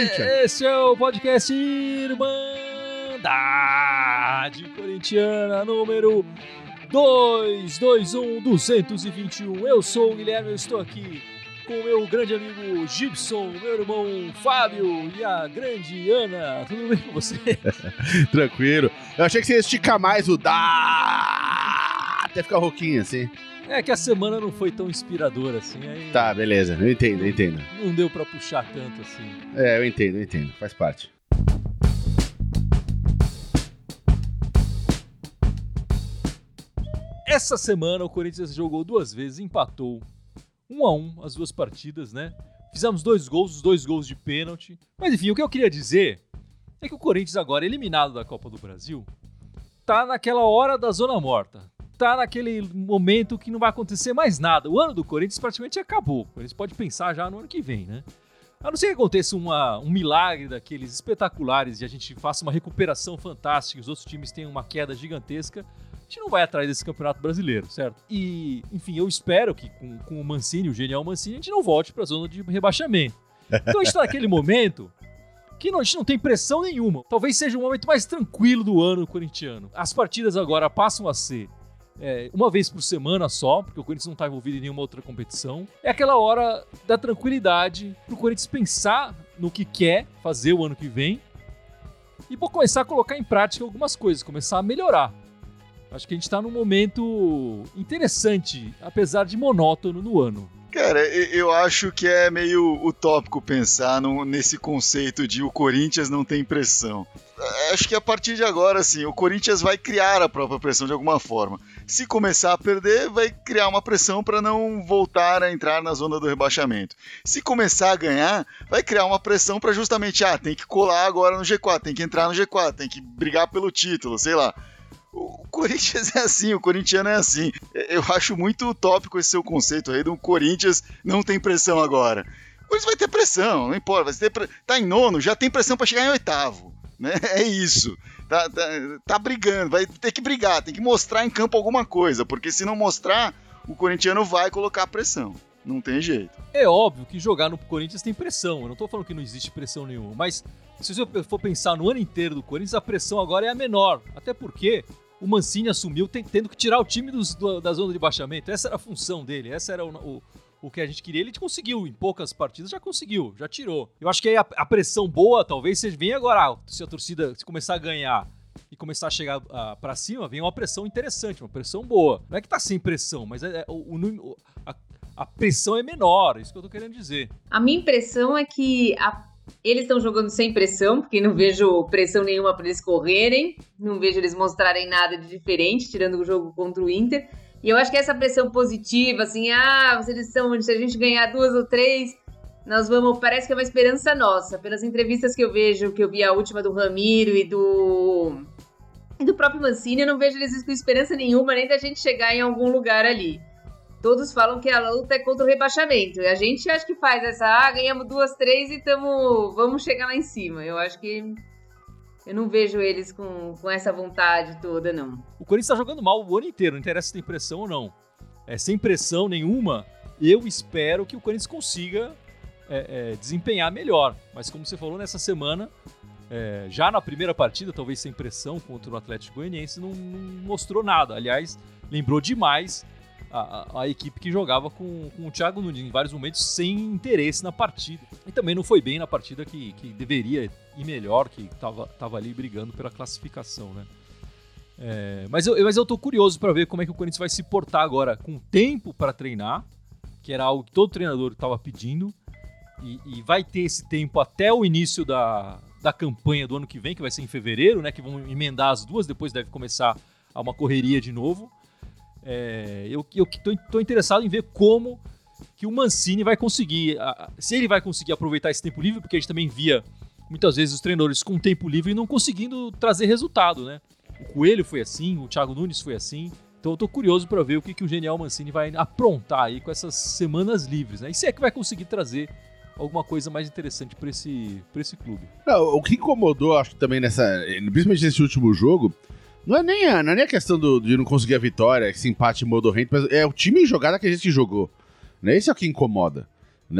Corinthians. Esse é o podcast Irmandade Corintiana número 221. Eu sou o Guilherme, eu estou aqui com o meu grande amigo Gibson, meu irmão Fábio e a grande Ana. Tudo bem com você? Tranquilo. Eu achei que você ia esticar mais o dá até ficar rouquinho assim. É que a semana não foi tão inspiradora assim. Aí tá, beleza. Eu entendo. Não deu pra puxar tanto assim. Eu entendo. Faz parte. Essa semana o Corinthians jogou 2 vezes, empatou 1-1 as 2 partidas, né? Fizemos 2 gols, os 2 gols de pênalti. Mas enfim, o que eu queria dizer é que o Corinthians agora, eliminado da Copa do Brasil, tá naquela hora da zona morta. Tá naquele momento que não vai acontecer mais nada. O ano do Corinthians praticamente acabou. O Corinthians pode pensar já no ano que vem, né? A não ser que aconteça um milagre daqueles espetaculares e a gente faça uma recuperação fantástica e os outros times tenham uma queda gigantesca, a gente não vai atrás desse Campeonato Brasileiro, certo? E, enfim, eu espero que com o Mancini, o genial Mancini, a gente não volte para a zona de rebaixamento. Então a gente tá naquele momento que a gente não tem pressão nenhuma. Talvez seja o momento mais tranquilo do ano corintiano. As partidas agora passam a ser uma vez por semana só, porque o Corinthians não está envolvido em nenhuma outra competição. É aquela hora da tranquilidade para o Corinthians pensar no que quer fazer o ano que vem e começar a colocar em prática algumas coisas, começar a melhorar. Acho que a gente está num momento interessante, apesar de monótono no ano. Cara, eu acho que é meio utópico pensar nesse conceito de o Corinthians não tem pressão. Acho que a partir de agora, assim, o Corinthians vai criar a própria pressão de alguma forma. Se começar a perder, vai criar uma pressão para não voltar a entrar na zona do rebaixamento. Se começar a ganhar, vai criar uma pressão para justamente, tem que colar agora no G4, tem que entrar no G4, tem que brigar pelo título, sei lá. O Corinthians é assim, o corintiano é assim. Eu acho muito utópico esse seu conceito aí do Corinthians não tem pressão agora. O Corinthians vai ter pressão, não importa. Tá em 9º, já tem pressão para chegar em 8º. Né? É isso. Tá brigando, vai ter que brigar, tem que mostrar em campo alguma coisa, porque se não mostrar, o corintiano vai colocar pressão. Não tem jeito. É óbvio que jogar no Corinthians tem pressão. Eu não tô falando que não existe pressão nenhuma, mas se você for pensar no ano inteiro do Corinthians, a pressão agora é a menor. Até porque o Mancini assumiu tendo que tirar o time da zona de rebaixamento. Essa era a função dele, essa era o que a gente queria. Ele conseguiu, em poucas partidas, já conseguiu, já tirou. Eu acho que aí a pressão boa, talvez, venha agora. Se a torcida começar a ganhar e começar a chegar pra cima, vem uma pressão interessante, uma pressão boa. Não é que tá sem pressão, mas a pressão é menor, é isso que eu tô querendo dizer. A minha impressão é que eles estão jogando sem pressão, porque não vejo pressão nenhuma para eles correrem, não vejo eles mostrarem nada de diferente, tirando o jogo contra o Inter. E eu acho que essa pressão positiva, assim, se a gente ganhar 2 ou 3, parece que é uma esperança nossa. Pelas entrevistas que eu vejo, que eu vi a última do Ramiro e do próprio Mancini, eu não vejo eles com esperança nenhuma, nem da gente chegar em algum lugar ali. Todos falam que a luta é contra o rebaixamento. E a gente acha que faz essa, ganhamos 2, 3 e vamos chegar lá em cima. Eu acho que eu não vejo eles com essa vontade toda, não. O Corinthians tá jogando mal o ano inteiro, não interessa se tem pressão ou não. Sem pressão nenhuma, eu espero que o Corinthians consiga desempenhar melhor. Mas como você falou, nessa semana, já na primeira partida, talvez sem pressão contra o Atlético Goianiense, não mostrou nada. Aliás, lembrou demais a equipe que jogava com o Thiago Nunes, em vários momentos sem interesse na partida. E também não foi bem na partida que deveria ir melhor, que tava ali brigando pela classificação, né? Mas eu tô curioso para ver como é que o Corinthians vai se portar agora com tempo para treinar, que era algo que todo treinador estava pedindo, e vai ter esse tempo até o início da campanha do ano que vem, que vai ser em fevereiro, né? Que vão emendar as duas, depois deve começar uma correria de novo. Eu tô interessado em ver como que o Mancini vai conseguir, se ele vai conseguir aproveitar esse tempo livre, porque a gente também via muitas vezes os treinadores com tempo livre e não conseguindo trazer resultado, né? O Coelho foi assim, o Thiago Nunes foi assim, então eu tô curioso para ver o que o genial Mancini vai aprontar aí com essas semanas livres, né? E se é que vai conseguir trazer alguma coisa mais interessante para esse clube. Não, o que incomodou, acho que também principalmente nesse último jogo, não é nem a questão de não conseguir a vitória, esse empate modorrento, mas é o time em jogada que a gente jogou. Né? Esse é o que incomoda, né?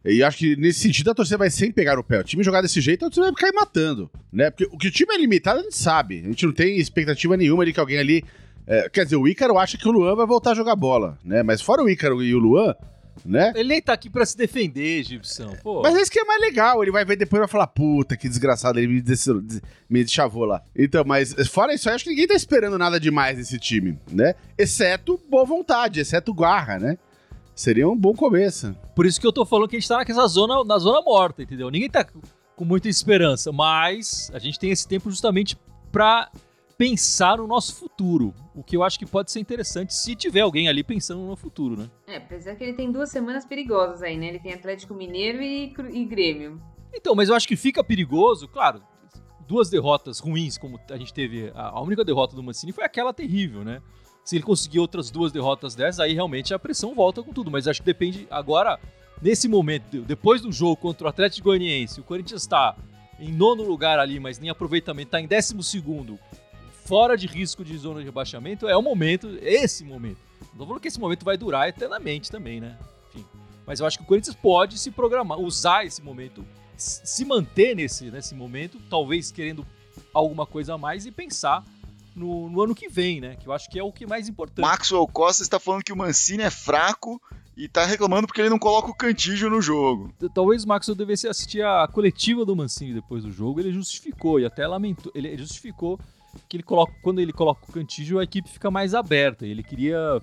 E acho que nesse sentido a torcida vai sempre pegar no pé. O time jogar desse jeito, a torcida vai cair matando, né? Porque o que o time é limitado, a gente sabe. A gente não tem expectativa nenhuma de que alguém ali... quer dizer, o Ícaro acha que o Luan vai voltar a jogar bola, né? Mas fora o Ícaro e o Luan, né? Ele nem tá aqui pra se defender, Gibson. Pô. Mas esse que é mais legal. Ele vai ver depois e vai falar, puta, que desgraçado, ele me chavou lá. Então, mas fora isso aí, acho que ninguém tá esperando nada demais desse time, né? Exceto boa vontade, exceto garra, né? Seria um bom começo. Por isso que eu tô falando que a gente tá na zona morta, entendeu? Ninguém tá com muita esperança, mas a gente tem esse tempo justamente pra pensar no nosso futuro. O que eu acho que pode ser interessante se tiver alguém ali pensando no futuro, né? Apesar que ele tem 2 semanas perigosas aí, né? Ele tem Atlético Mineiro e Grêmio. Então, mas eu acho que fica perigoso, claro, 2 derrotas ruins, como a gente teve, a única derrota do Mancini foi aquela terrível, né? Se ele conseguir outras 2 derrotas dessas, aí realmente a pressão volta com tudo. Mas acho que depende agora, nesse momento, depois do jogo contra o Atlético Goianiense, o Corinthians está em 9º lugar ali, mas nem aproveitamento, está em 12º, fora de risco de zona de rebaixamento, é o momento, esse momento. Não tô falando que esse momento vai durar eternamente também, né? Enfim. Mas eu acho que o Corinthians pode se programar, usar esse momento, se manter nesse momento, talvez querendo alguma coisa a mais e pensar no ano que vem, né? Que eu acho que é o que é mais importante. Maxwell Costa está falando que o Mancini é fraco e tá reclamando porque ele não coloca o Cantillo no jogo. Talvez o Maxwell devesse assistir a coletiva do Mancini depois do jogo. Ele justificou e até lamentou. Ele justificou que quando ele coloca o Cantillo, a equipe fica mais aberta. Ele queria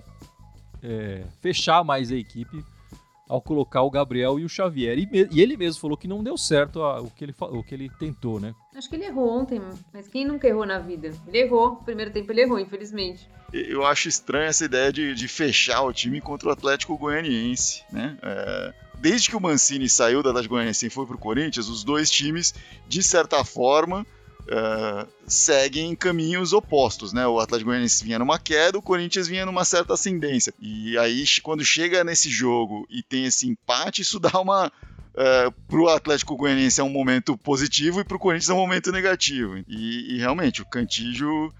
fechar mais a equipe ao colocar o Gabriel e o Xavier. E ele mesmo falou que não deu certo o que ele tentou, né? Acho que ele errou ontem, mas quem nunca errou na vida? Ele errou, no primeiro tempo ele errou, infelizmente. Eu acho estranha essa ideia de fechar o time contra o Atlético Goianiense, né? Desde que o Mancini saiu do Atlético Goianiense e foi pro Corinthians, os 2 times, de certa forma, seguem caminhos opostos, né? O Atlético Goianiense vinha numa queda, o Corinthians vinha numa certa ascendência. E aí, quando chega nesse jogo e tem esse empate, isso dá uma... pro Atlético Goianiense é um momento positivo e pro Corinthians é um momento negativo. E realmente, o Cantillo...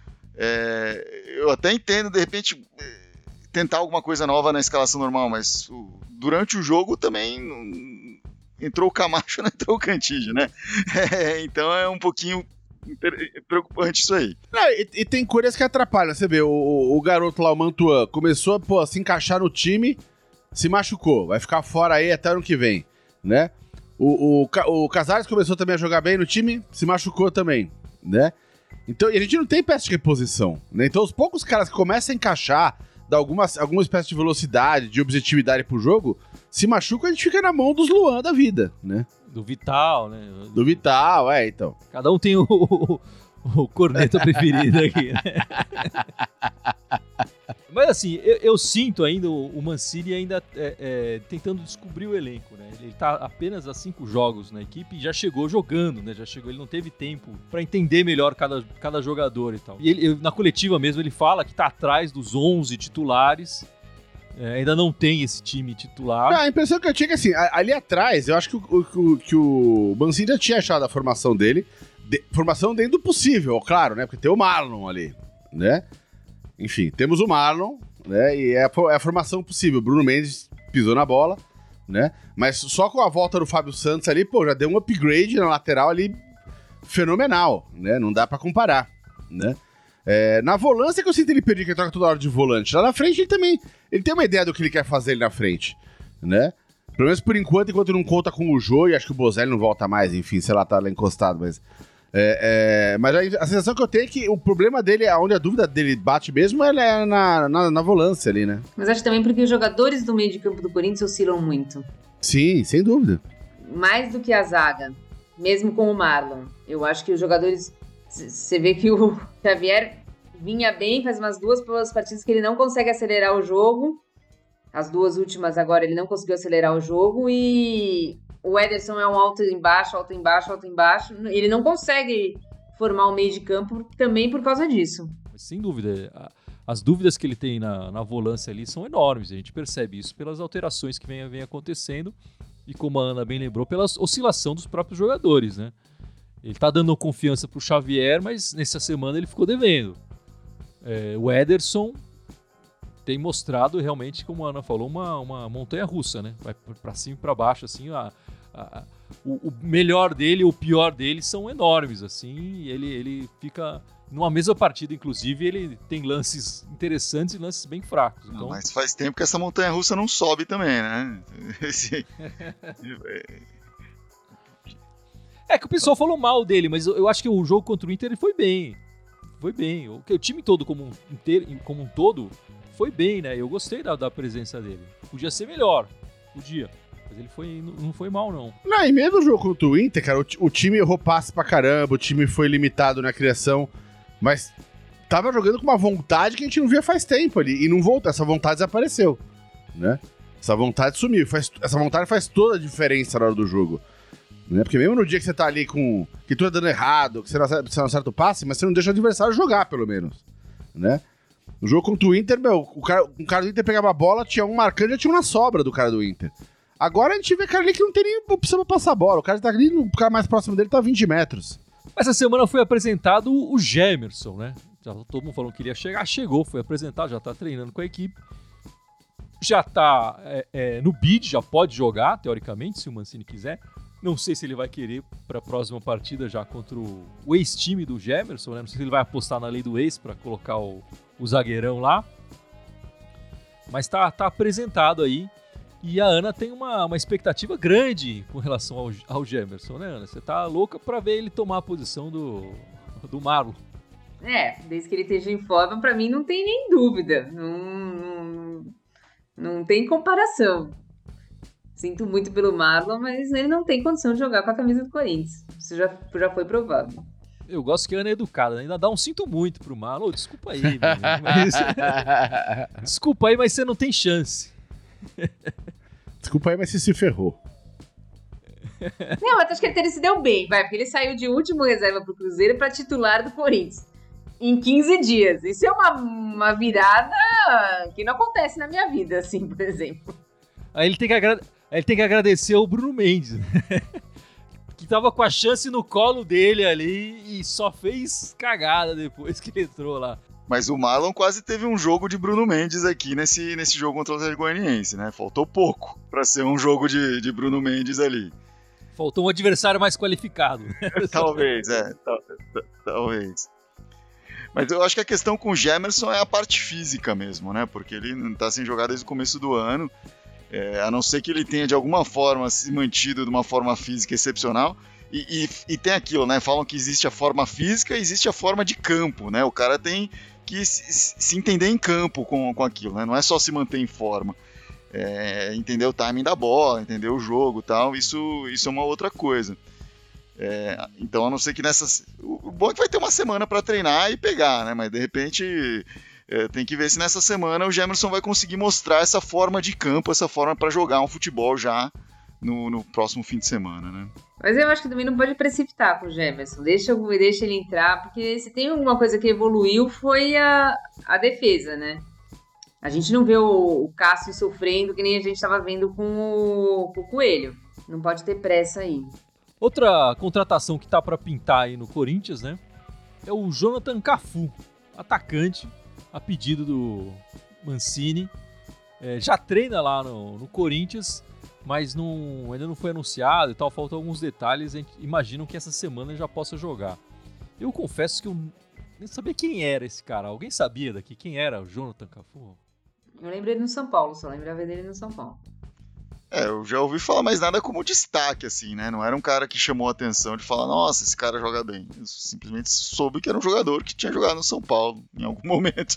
eu até entendo, de repente, tentar alguma coisa nova na escalação normal, mas durante o jogo também entrou o Camacho, não entrou o Cantillo, né? Então é um pouquinho preocupante isso aí. E tem coisas que atrapalham. Você vê, o garoto lá, o Mantuan, começou a se encaixar no time, se machucou, vai ficar fora aí até ano que vem, né? O Casares começou também a jogar bem no time, se machucou também, né? Então, e a gente não tem peça de reposição, né? Então, os poucos caras que começam a encaixar, dar alguma espécie de velocidade, de objetividade pro jogo, se machucam, a gente fica na mão dos Luan da vida, né? Do Vital, né? Do Vital, então. Cada um tem o corneta preferido aqui, né? Mas assim, eu sinto ainda o Mancini ainda tentando descobrir o elenco, né? Ele tá apenas há 5 jogos na equipe e já chegou jogando, né? Ele não teve tempo pra entender melhor cada jogador e tal. E ele, na coletiva mesmo, ele fala que tá atrás dos 11 titulares. Ainda não tem esse time titular. A impressão que eu tinha é que, assim, ali atrás, eu acho que o Mancini já tinha achado a formação dele. Formação dentro do possível, claro, né? Porque tem o Marlon ali, né? Enfim, temos o Marlon, né? E é a formação possível. Bruno Mendes pisou na bola, né? Mas só com a volta do Fábio Santos ali, já deu um upgrade na lateral ali fenomenal, né? Não dá pra comparar, né? Na volância que eu sinto ele perder, que ele troca toda hora de volante. Lá na frente ele tem uma ideia do que ele quer fazer ali na frente, né? Pelo menos por enquanto não conta com o Jô, e acho que o Bozelli não volta mais, enfim, sei lá, tá lá encostado, mas... mas a sensação que eu tenho é que o problema dele, onde a dúvida dele bate mesmo, é na volância ali, né? Mas acho também porque os jogadores do meio de campo do Corinthians oscilam muito. Sim, sem dúvida. Mais do que a zaga, mesmo com o Marlon. Eu acho que os jogadores... Você vê que o Xavier vinha bem, faz umas 2 partidas que ele não consegue acelerar o jogo. As 2 últimas agora ele não conseguiu acelerar o jogo e o Ederson é um alto embaixo, alto embaixo, alto embaixo. Ele não consegue formar um meio de campo também por causa disso. Sem dúvida. As dúvidas que ele tem na volância ali são enormes. A gente percebe isso pelas alterações que vem acontecendo e, como a Ana bem lembrou, pela oscilação dos próprios jogadores, né? Ele tá dando confiança pro Xavier, mas nessa semana ele ficou devendo. O Ederson tem mostrado realmente, como a Ana falou, uma montanha-russa, né? Vai pra cima e pra baixo, assim, o melhor dele e o pior dele são enormes, assim, e ele fica... Numa mesma partida, inclusive, ele tem lances interessantes e lances bem fracos. Então... Mas faz tempo que essa montanha-russa não sobe também, né? É que o pessoal falou mal dele, mas eu acho que o jogo contra o Inter ele foi bem. Foi bem. O time todo como um todo foi bem, né? Eu gostei da presença dele. Podia ser melhor. Podia. Mas ele não foi mal, não. Não, e mesmo o jogo contra o Inter, cara, o time errou passe pra caramba, o time foi limitado na criação, mas tava jogando com uma vontade que a gente não via faz tempo ali. E não voltou. Essa vontade desapareceu, né? Essa vontade sumiu. Essa vontade faz toda a diferença na hora do jogo. Né? Porque mesmo no dia que você tá ali com... que tudo tá dando errado, que você não acerta o passe, mas você não deixa o adversário jogar, pelo menos. Né? No jogo contra o Inter, o cara do Inter pegava a bola, tinha um marcando e já tinha uma sobra do cara do Inter. Agora a gente vê cara ali que não tem nem opção pra passar a bola. O cara tá ali, o cara mais próximo dele tá a 20 metros. Essa semana foi apresentado o Gemerson, né? Já todo mundo falou que iria chegar, chegou, foi apresentado, já tá treinando com a equipe. Já tá no bid, já pode jogar, teoricamente, se o Mancini quiser. Não sei se ele vai querer para a próxima partida já contra o ex-time do Gemerson, né? Não sei se ele vai apostar na lei do ex para colocar o zagueirão lá. Mas tá apresentado aí. E a Ana tem uma expectativa grande com relação ao Gemerson, né, Ana? Você tá louca para ver ele tomar a posição do Marlon. Desde que ele esteja em forma, para mim não tem nem dúvida. Não tem comparação. Sinto muito pelo Marlon, mas ele não tem condição de jogar com a camisa do Corinthians. Isso já foi provado. Eu gosto que a Ana é educada, né? Ainda dá um sinto muito pro Marlon. Oh, desculpa aí, mas... Desculpa aí, mas você não tem chance. Desculpa aí, mas você se ferrou. Não, mas acho que ele se deu bem, porque ele saiu de último reserva pro Cruzeiro para titular do Corinthians. Em 15 dias. Isso é uma virada que não acontece na minha vida, assim, por exemplo. Aí ele tem que agradecer o Bruno Mendes, né? Que tava com a chance no colo dele ali e só fez cagada depois que ele entrou lá. Mas o Marlon quase teve um jogo de Bruno Mendes aqui nesse jogo contra o Atlético Goianiense, né? Faltou pouco pra ser um jogo de Bruno Mendes ali. Faltou um adversário mais qualificado. Talvez, talvez. Mas eu acho que a questão com o Gemerson é a parte física mesmo, né? Porque ele não tá sem jogar desde o começo do ano. A não ser que ele tenha de alguma forma se mantido de uma forma física excepcional. E tem aquilo, né? Falam que existe a forma física e existe a forma de campo, né? O cara tem que se entender em campo com aquilo, né? Não é só se manter em forma. Entender o timing da bola, entender o jogo e tal, isso é uma outra coisa. Então, a não ser que o bom é que vai ter uma semana para treinar e pegar, né? Mas de repente tem que ver se nessa semana o Gemerson vai conseguir mostrar essa forma de campo, essa forma para jogar um futebol já no próximo fim de semana, né? Mas eu acho que também não pode precipitar com o Gemerson. Deixa ele entrar, porque se tem alguma coisa que evoluiu foi a defesa, né? A gente não vê o Cássio sofrendo que nem a gente estava vendo com o Coelho. Não pode ter pressa aí. Outra contratação que tá para pintar aí no Corinthians, né? É o Jonathan Cafu, atacante, a pedido do Mancini. Já treina lá no Corinthians, mas ainda não foi anunciado e tal, faltam alguns detalhes. A gente imaginam que essa semana ele já possa jogar. Eu confesso que eu nem sabia quem era esse cara. Alguém sabia daqui quem era o Jonathan Cafu? Eu lembrei dele no São Paulo, só lembrava dele no São Paulo. Eu já ouvi falar, mas nada como destaque, assim, né? Não era um cara que chamou a atenção de falar, nossa, esse cara joga bem. Eu simplesmente soube que era um jogador que tinha jogado no São Paulo em algum momento.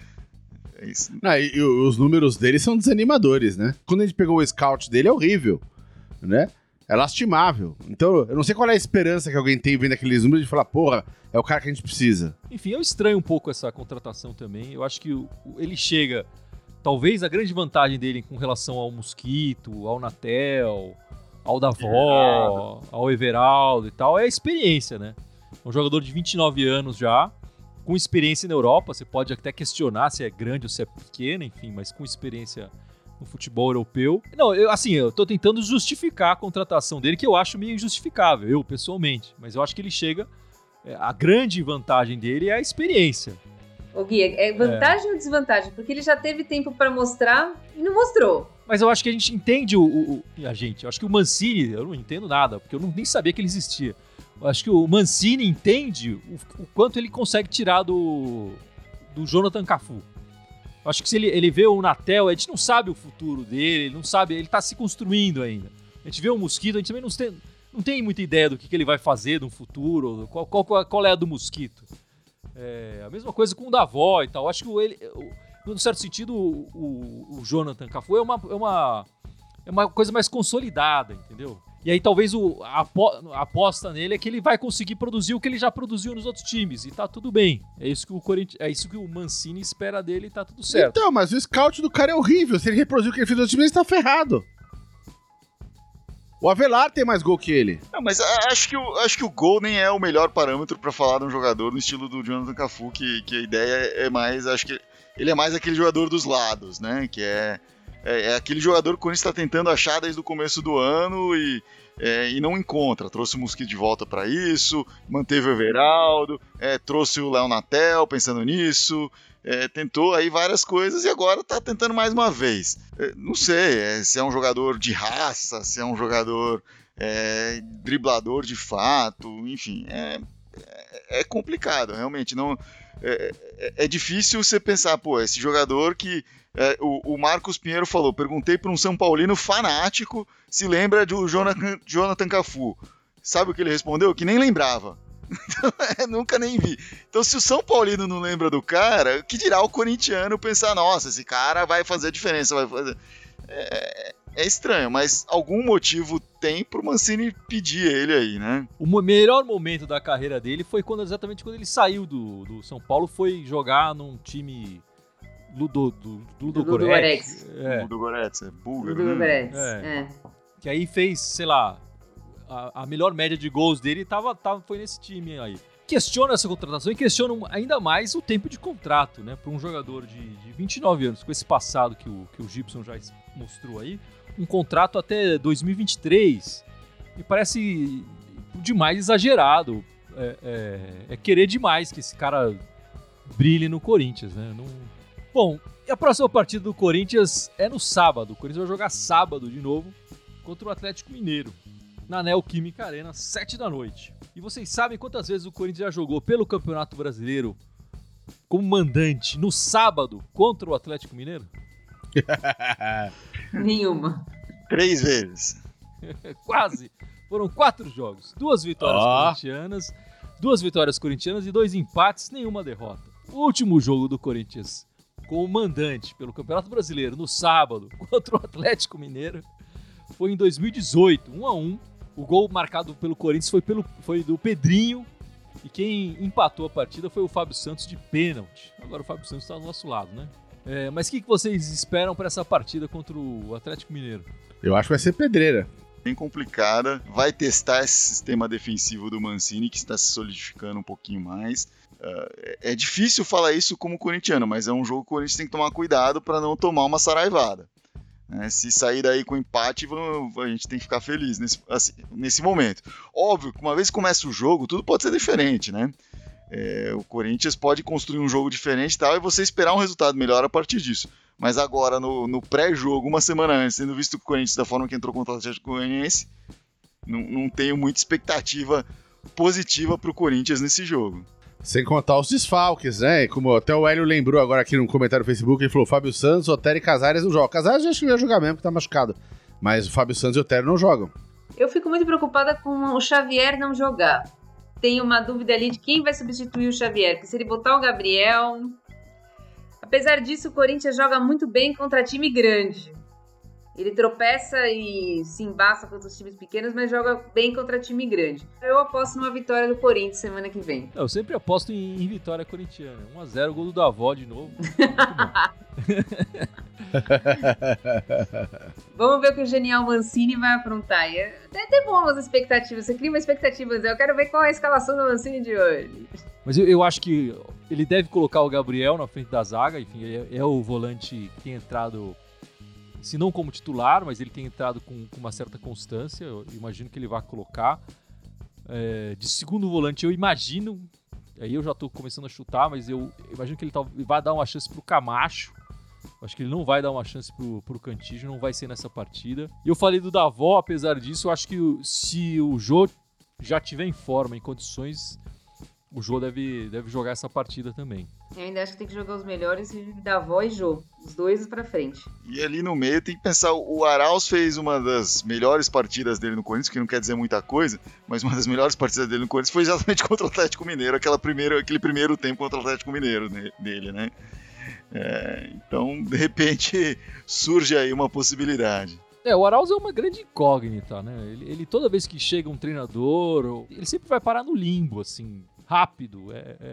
É isso. E os números dele são desanimadores, né? Quando a gente pegou o scout dele, é horrível, né? É lastimável. Então, eu não sei qual é a esperança que alguém tem vendo aqueles números de falar, porra, é o cara que a gente precisa. Enfim, eu estranho um pouco essa contratação também. Eu acho que ele chega... Talvez a grande vantagem dele com relação ao Mosquito, ao Natel, ao Davó, ao Everaldo e tal, é a experiência, né? Um jogador de 29 anos já, com experiência na Europa. Você pode até questionar se é grande ou se é pequeno, enfim, mas com experiência no futebol europeu. Não, eu tô tentando justificar a contratação dele, que eu acho meio injustificável, eu pessoalmente. Mas eu acho que ele chega... A grande vantagem dele é a experiência. Ô Gui, é vantagem ou desvantagem? Porque ele já teve tempo para mostrar e não mostrou. Mas eu acho que a gente entende eu acho que o Mancini, eu não entendo nada, porque eu nem sabia que ele existia. Eu acho que o Mancini entende o quanto ele consegue tirar do Jonathan Cafu. Eu acho que se ele vê o Natel, a gente não sabe o futuro dele, ele não sabe, ele tá se construindo ainda. A gente vê o Mosquito, a gente também não tem muita ideia do que ele vai fazer no futuro, qual é a do Mosquito. A mesma coisa com o Davó e tal. Acho que num certo sentido, o Jonathan Cafu é uma coisa mais consolidada, entendeu? E aí talvez a aposta nele é que ele vai conseguir produzir o que ele já produziu nos outros times. E tá tudo bem. É isso que o Mancini espera dele e tá tudo certo. Então, mas o scout do cara é horrível. Se ele reproduzir o que ele fez nos outros times, ele tá ferrado. O Avelar tem mais gol que ele. Não, mas acho que o gol nem é o melhor parâmetro pra falar de um jogador no estilo do Jonathan Cafu, que a ideia é mais, acho que ele é mais aquele jogador dos lados, né? Que é aquele jogador que o Corinthians está tentando achar desde o começo do ano e não encontra. Trouxe o Mosquito de volta para isso, manteve o Everaldo, trouxe o Léo Natel pensando nisso, tentou aí várias coisas e agora está tentando mais uma vez. Não sei se é um jogador de raça, se é um jogador driblador de fato, enfim, é complicado, realmente. Não, é difícil você pensar, pô, esse jogador que o Marcos Pinheiro falou, perguntei para um São Paulino fanático se lembra do Jonathan Cafu. Sabe o que ele respondeu? Que nem lembrava. Nunca nem vi. Então, se o São Paulino não lembra do cara, que dirá o corintiano pensar, nossa, esse cara vai fazer a diferença, vai fazer... É estranho, mas algum motivo tem pro Mancini pedir ele aí, né? O melhor momento da carreira dele foi exatamente quando ele saiu do São Paulo, foi jogar num time Ludogorets. Ludogorets, búlgaro. Ludogorets, Que aí fez, sei lá, a melhor média de gols dele foi nesse time aí. Questiona essa contratação e questiona ainda mais o tempo de contrato, né? Para um jogador de 29 anos, com esse passado que o Gibson já mostrou aí, um contrato até 2023, me parece demais exagerado. É querer demais que esse cara brilhe no Corinthians, né? Bom, e a próxima partida do Corinthians é no sábado. O Corinthians vai jogar sábado de novo contra o Atlético Mineiro, na Neoquímica Arena, 19h. E vocês sabem quantas vezes o Corinthians já jogou pelo Campeonato Brasileiro como mandante no sábado contra o Atlético Mineiro? Nenhuma. 3 vezes. Quase. Foram 4 jogos. 2 vitórias corintianas e 2 empates, nenhuma derrota. O último jogo do Corinthians como mandante pelo Campeonato Brasileiro no sábado contra o Atlético Mineiro foi em 2018, 1-1. O gol marcado pelo Corinthians foi do Pedrinho e quem empatou a partida foi o Fábio Santos de pênalti. Agora o Fábio Santos está do nosso lado, né? Mas o que vocês esperam para essa partida contra o Atlético Mineiro? Eu acho que vai ser pedreira. Bem complicada. Vai testar esse sistema defensivo do Mancini, que está se solidificando um pouquinho mais. É difícil falar isso como corintiano, mas é um jogo que o Corinthians tem que tomar cuidado para não tomar uma saraivada. Se sair daí com empate, a gente tem que ficar feliz nesse momento. Óbvio que uma vez que começa o jogo, tudo pode ser diferente, né? O Corinthians pode construir um jogo diferente e tal, e você esperar um resultado melhor a partir disso. Mas agora, no pré-jogo, uma semana antes, tendo visto o Corinthians da forma que entrou contra o Atlético Goianiense, não tenho muita expectativa positiva para o Corinthians nesse jogo. Sem contar os desfalques, né? Como até o Hélio lembrou agora aqui no comentário do Facebook, ele falou: Fábio Santos, Otero e Casares não jogam. Casares acho que ia jogar mesmo, que tá machucado. Mas o Fábio Santos e o Otero não jogam. Eu fico muito preocupada com o Xavier não jogar. Tenho uma dúvida ali de quem vai substituir o Xavier, porque se ele botar o Gabriel... Apesar disso, o Corinthians joga muito bem contra time grande. Ele tropeça e se embaça contra os times pequenos, mas joga bem contra time grande. Eu aposto numa vitória do Corinthians semana que vem. Eu sempre aposto em vitória corintiana. 1-0, gol do Davó de novo. Muito bom. Vamos ver o que o genial Mancini vai aprontar. É até bom as expectativas. Você cria uma expectativa. Eu quero ver qual é a escalação do Mancini de hoje. Mas eu acho que ele deve colocar o Gabriel na frente da zaga. Enfim, ele é o volante que tem entrado... se não como titular, mas ele tem entrado com uma certa constância. Eu imagino que ele vai colocar. De segundo volante, eu imagino, Aí eu já tô começando a chutar, mas eu imagino que ele vai dar uma chance pro Camacho. Acho que ele não vai dar uma chance pro Cantígio, não vai ser nessa partida. E eu falei do Davó, apesar disso, eu acho que se o Jô já tiver em forma, em condições, o Jô deve jogar essa partida também. Eu ainda acho que tem que jogar os melhores Davó e Jô, os dois pra frente. E ali no meio tem que pensar, o Arauz fez uma das melhores partidas dele no Corinthians, que não quer dizer muita coisa, mas uma das melhores partidas dele no Corinthians foi exatamente contra o Atlético Mineiro, aquele primeiro tempo contra o Atlético Mineiro dele, né? Então, de repente, surge aí uma possibilidade. O Arauz é uma grande incógnita, né? Ele toda vez que chega um treinador, ele sempre vai parar no limbo, assim, rápido.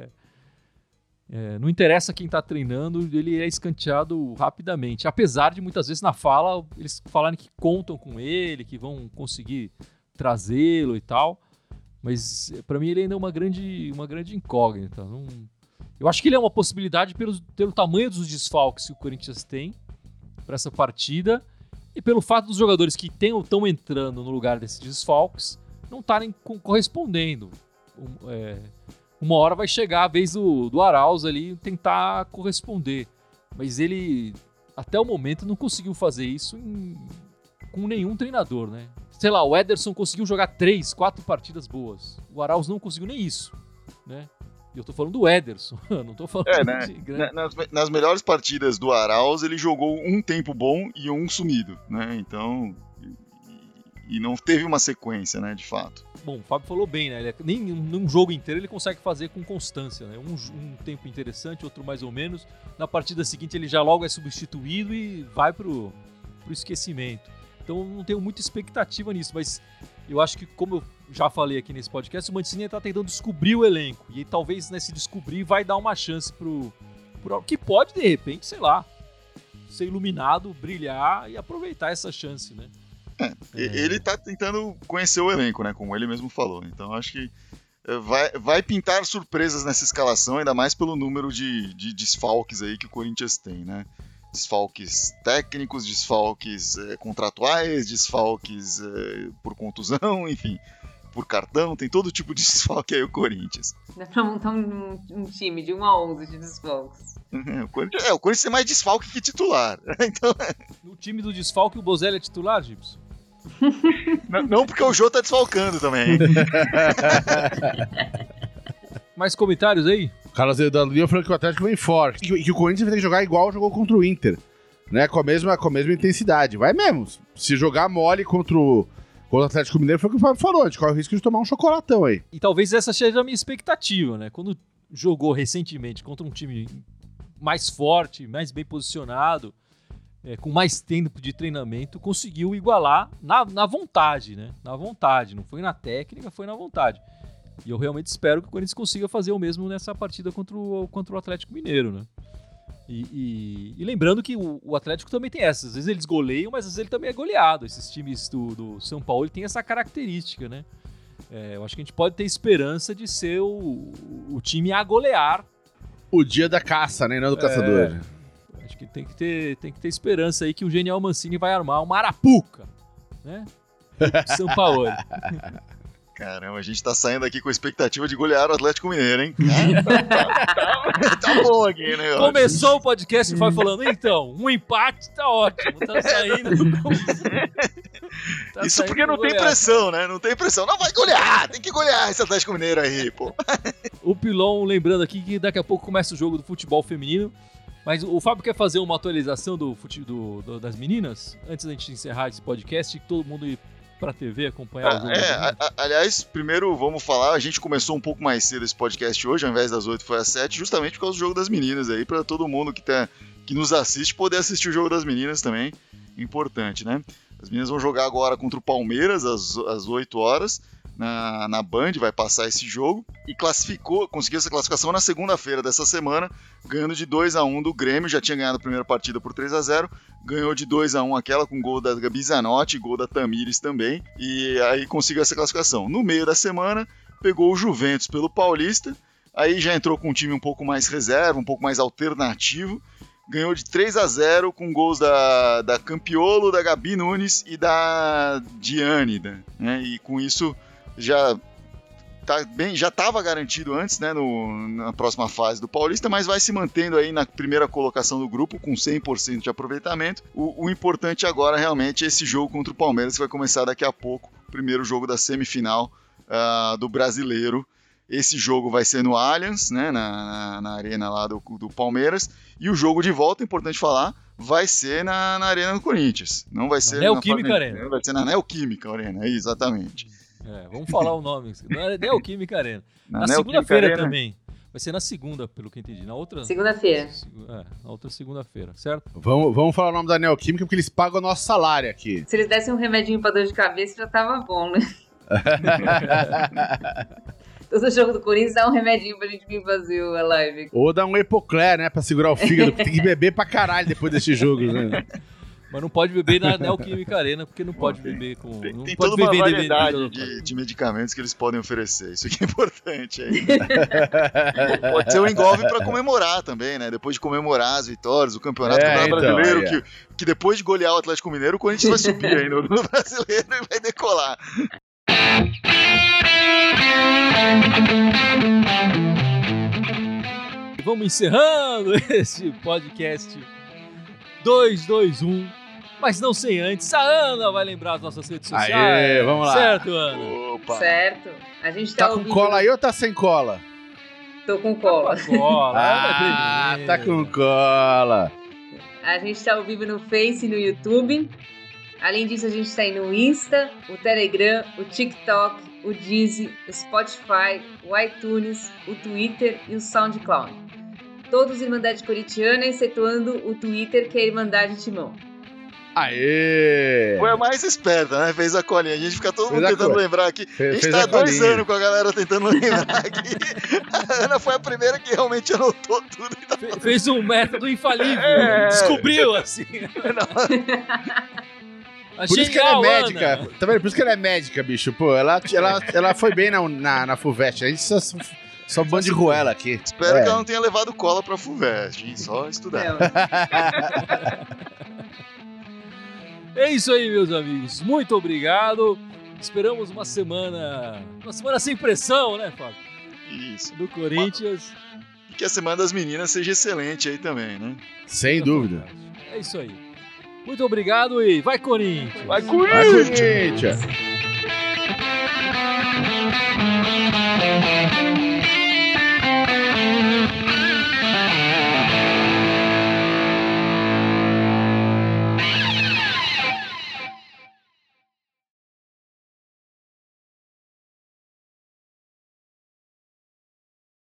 Não interessa quem tá treinando, ele é escanteado rapidamente. Apesar de muitas vezes na fala, eles falarem que contam com ele, que vão conseguir trazê-lo e tal. Mas para mim ele ainda é uma grande incógnita. Eu acho que ele é uma possibilidade pelo tamanho dos desfalques que o Corinthians tem para essa partida e pelo fato dos jogadores que estão entrando no lugar desses desfalques não estarem correspondendo. Uma hora vai chegar a vez do Arauz ali tentar corresponder. Mas ele, até o momento, não conseguiu fazer isso com nenhum treinador, né? Sei lá, o Ederson conseguiu jogar 3, 4 partidas boas. O Arauz não conseguiu nem isso, né? E eu tô falando do Ederson, não tô falando né? Nas melhores partidas do Arauz, ele jogou um tempo bom e um sumido, né? Então... E não teve uma sequência, né, de fato. Bom, o Fábio falou bem, né? Nem num jogo inteiro ele consegue fazer com constância, né? Um tempo interessante, outro mais ou menos. Na partida seguinte ele já logo é substituído e vai pro esquecimento. Então não tenho muita expectativa nisso, mas eu acho que, como eu já falei aqui nesse podcast, o Mancini está tentando descobrir o elenco. E talvez nesse descobrir vai dar uma chance pro que pode, de repente, sei lá, ser iluminado, brilhar e aproveitar essa chance, né? Ele tá tentando conhecer o elenco, né? Como ele mesmo falou. Então acho que vai pintar surpresas nessa escalação, ainda mais pelo número de desfalques aí que o Corinthians tem, né? Desfalques técnicos, desfalques contratuais, desfalques por contusão, enfim, por cartão, tem todo tipo de desfalque aí o Corinthians. Dá pra montar um time de 1 a 11 de desfalques. O Corinthians tem mais desfalque que titular. Então, no time do desfalque o Bozelli é titular, Gibson? Não, porque o Jô tá desfalcando também. Mais comentários aí? O Carlos da Linha falou que o Atlético vem forte. Que o Corinthians vai ter que jogar igual jogou contra o Inter. Né? Com a mesma intensidade. Vai mesmo. Se jogar mole contra o Atlético Mineiro, foi o que o Fábio falou. A gente corre o risco de tomar um chocolatão aí. E talvez essa seja a minha expectativa, né? Quando jogou recentemente contra um time mais forte, mais bem posicionado, com mais tempo de treinamento, conseguiu igualar na vontade, né? Na vontade, não foi na técnica, foi na vontade. E eu realmente espero que o Corinthians consiga fazer o mesmo nessa partida contra o Atlético Mineiro, né? E lembrando que o Atlético também tem essas. Às vezes eles goleiam, mas às vezes ele também é goleado. Esses times do São Paulo tem essa característica, né? Eu acho que a gente pode ter esperança de ser o time a golear. O dia da caça, né? Não do caçador. Acho que tem que ter esperança aí que o genial Mancini vai armar uma arapuca, né? São Paulo. Caramba, a gente tá saindo aqui com a expectativa de golear o Atlético Mineiro, hein? Tá bom aqui, né? Começou o podcast e vai falando, então, um empate tá ótimo, tá saindo. Isso porque não tem pressão, né? Não tem pressão. Não vai golear, tem que golear esse Atlético Mineiro aí, pô. O Pilon, lembrando aqui que daqui a pouco começa o jogo do futebol feminino. Mas o Fábio quer fazer uma atualização das meninas? Antes da gente encerrar esse podcast, que todo mundo ir pra TV acompanhar o jogo. Aliás, primeiro vamos falar, a gente começou um pouco mais cedo esse podcast hoje, ao invés das 8 foi às 7, justamente por causa do jogo das meninas aí, pra todo mundo que nos assiste poder assistir o jogo das meninas também, importante, né? As meninas vão jogar agora contra o Palmeiras às 8 horas, na Band, vai passar esse jogo, e conseguiu essa classificação na segunda-feira dessa semana, ganhando de 2-1 do Grêmio, já tinha ganhado a primeira partida por 3-0, ganhou de 2-1 aquela com gol da Gabi Zanotti, gol da Tamires também, e aí conseguiu essa classificação. No meio da semana, pegou o Juventus pelo Paulista, aí já entrou com um time um pouco mais reserva, um pouco mais alternativo, ganhou de 3-0 com gols da Campiolo, da Gabi Nunes e da Diane, né? E com isso já já estava garantido antes, né, na próxima fase do Paulista, mas vai se mantendo aí na primeira colocação do grupo com 100% de aproveitamento. O importante agora realmente é esse jogo contra o Palmeiras, que vai começar daqui a pouco, o primeiro jogo da semifinal do Brasileiro. Esse jogo vai ser no Allianz, né, na arena lá do Palmeiras, e o jogo de volta, é importante falar, vai ser na arena do Corinthians. Não vai ser na Neoquímica Arena. Vai ser na Neoquímica Arena, exatamente. Vamos falar o nome. Na Neoquímica Arena. Na Neoquímica segunda-feira Arena também. Vai ser na segunda, pelo que eu entendi. Na outra... Segunda-feira. Na outra segunda-feira, certo? Vamos falar o nome da Neoquímica, porque eles pagam o nosso salário aqui. Se eles dessem um remedinho pra dor de cabeça, já tava bom, né? Todo jogo do Corinthians dá um remedinho pra gente vir fazer a live. Ou dá um Epocler, né, pra segurar o fígado, tem que beber pra caralho depois desse jogo, né? Mas não pode beber na Neoquímica Arena, porque não pode beber com... Não Tem pode toda uma beber variedade de medicamentos que eles podem oferecer. Isso aqui é importante aí. Pode ser um engolve para comemorar também, né? Depois de comemorar as vitórias, o Campeonato Brasileiro, que depois de golear o Atlético Mineiro, o Corinthians vai subir ainda no Brasileiro e vai decolar. Vamos encerrando esse podcast 221, mas não sem antes. A Ana vai lembrar as nossas redes sociais. Aê, vamos lá. Certo, Ana? Opa. Certo. A gente Tá com cola aí ou tá sem cola? Tô com cola. Tá com cola. A gente tá ao vivo no Face e no YouTube. Além disso, a gente tá aí no Insta, o Telegram, o TikTok, o Deezer, o Spotify, o iTunes, o Twitter e o SoundCloud. Todos Irmandade Corintiana, excetuando o Twitter, que é Irmandade Timão. Aê! Foi a mais esperta, né? Fez a colinha. A gente fica todo mundo tentando lembrar aqui. A gente tá há 2 anos com a galera tentando lembrar aqui. A Ana foi a primeira que realmente anotou tudo. Fez um método infalível. Descobriu, assim. Por isso que ela é médica. Ana. Tá vendo? Por isso que ela é médica, bicho. Pô, ela foi bem na FUVEST. A gente só bandirruela aqui. Espero que ela não tenha levado cola pra FUVEST, hein? Só estudar. É isso aí, meus amigos. Muito obrigado. Esperamos uma semana sem pressão, né, Fábio? Isso. Do Corinthians. E que a semana das meninas seja excelente aí também, né? Sem dúvida. É isso aí. Muito obrigado e vai, Corinthians! Vai, Corinthians! Vai, Corinthians!